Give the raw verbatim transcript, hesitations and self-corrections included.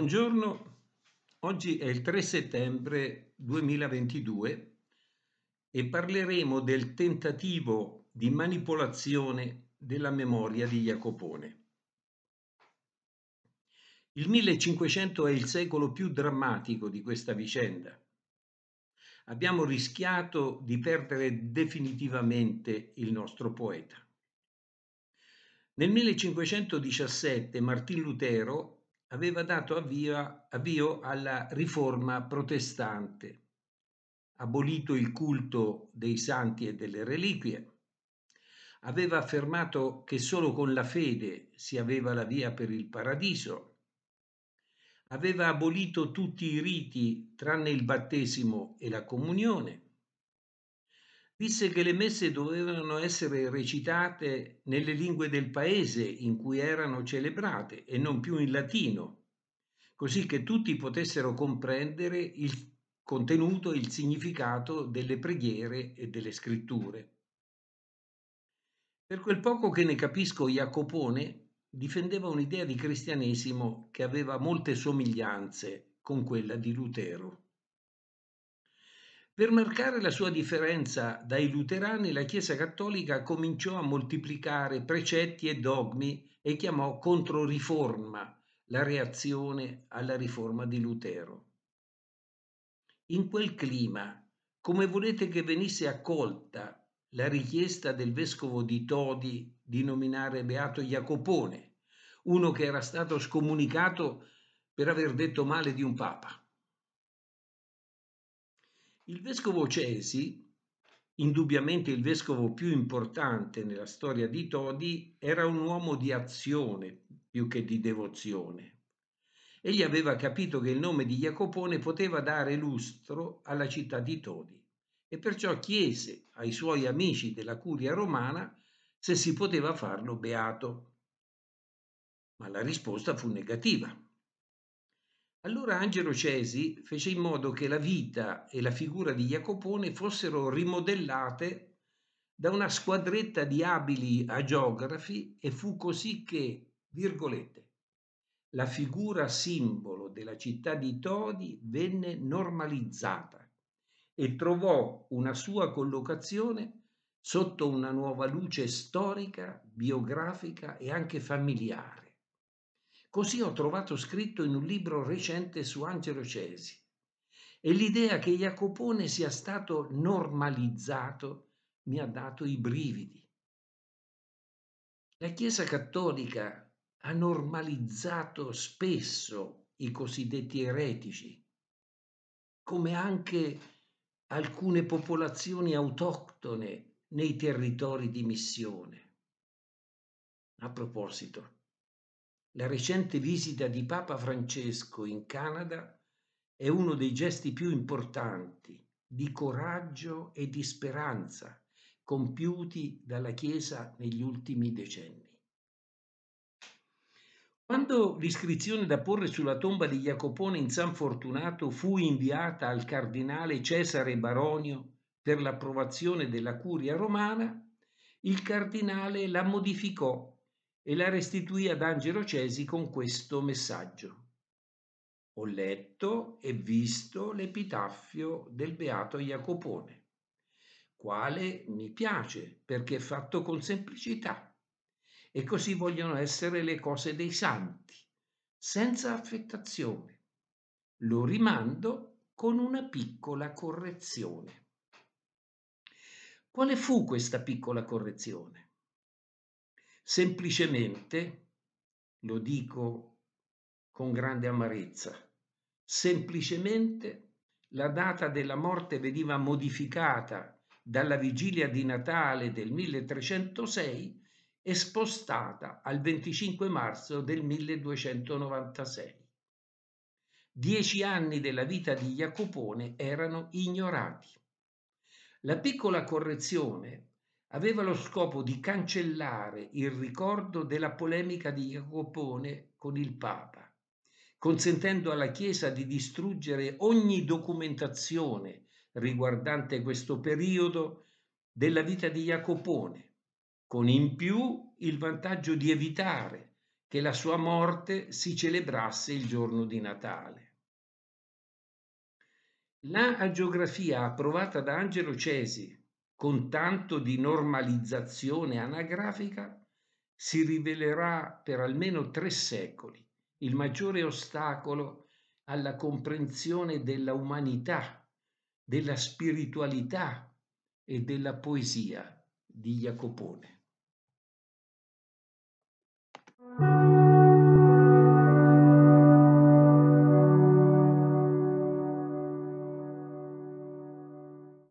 Buongiorno, oggi è il tre settembre duemilaventidue e parleremo del tentativo di manipolazione della memoria di Jacopone. Il millecinquecento è il secolo più drammatico di questa vicenda. Abbiamo rischiato di perdere definitivamente il nostro poeta. Nel millecinquecentodiciassette Martin Lutero aveva dato avvio, avvio alla riforma protestante, abolito il culto dei santi e delle reliquie, aveva affermato che solo con la fede si aveva la via per il paradiso, aveva abolito tutti i riti tranne il battesimo e la comunione, disse che le messe dovevano essere recitate nelle lingue del paese in cui erano celebrate e non più in latino, così che tutti potessero comprendere il contenuto e il significato delle preghiere e delle scritture. Per quel poco che ne capisco, Jacopone difendeva un'idea di cristianesimo che aveva molte somiglianze con quella di Lutero. Per marcare la sua differenza dai luterani, la Chiesa Cattolica cominciò a moltiplicare precetti e dogmi e chiamò Controriforma la reazione alla riforma di Lutero. In quel clima, come volete che venisse accolta la richiesta del vescovo di Todi di nominare beato Jacopone, uno che era stato scomunicato per aver detto male di un papa? Il vescovo Cesi, indubbiamente il vescovo più importante nella storia di Todi, era un uomo di azione più che di devozione. Egli aveva capito che il nome di Jacopone poteva dare lustro alla città di Todi e perciò chiese ai suoi amici della curia romana se si poteva farlo beato. Ma la risposta fu negativa. Allora Angelo Cesi fece in modo che la vita e la figura di Jacopone fossero rimodellate da una squadretta di abili agiografi e fu così che, virgolette, la figura simbolo della città di Todi venne normalizzata e trovò una sua collocazione sotto una nuova luce storica, biografica e anche familiare. Così ho trovato scritto in un libro recente su Angelo Cesi. E l'idea che Jacopone sia stato normalizzato mi ha dato i brividi. La Chiesa Cattolica ha normalizzato spesso i cosiddetti eretici, come anche alcune popolazioni autoctone nei territori di missione. A proposito, la recente visita di Papa Francesco in Canada è uno dei gesti più importanti di coraggio e di speranza compiuti dalla Chiesa negli ultimi decenni. Quando l'iscrizione da porre sulla tomba di Jacopone in San Fortunato fu inviata al cardinale Cesare Baronio per l'approvazione della curia romana, il cardinale la modificò e la restituì ad Angelo Cesi con questo messaggio: ho letto e visto l'epitaffio del beato Jacopone, quale mi piace perché è fatto con semplicità, e così vogliono essere le cose dei santi, senza affettazione. Lo rimando con una piccola correzione. Quale fu questa piccola correzione? Semplicemente, lo dico con grande amarezza, semplicemente la data della morte veniva modificata dalla vigilia di Natale del milletrecentosei e spostata al venticinque marzo del milleduecentonovantasei. Dieci anni della vita di Jacopone erano ignorati. La piccola correzione aveva lo scopo di cancellare il ricordo della polemica di Jacopone con il Papa, consentendo alla Chiesa di distruggere ogni documentazione riguardante questo periodo della vita di Jacopone, con in più il vantaggio di evitare che la sua morte si celebrasse il giorno di Natale. La agiografia approvata da Angelo Cesi, con tanto di normalizzazione anagrafica, si rivelerà per almeno tre secoli il maggiore ostacolo alla comprensione della umanità, della spiritualità e della poesia di Jacopone.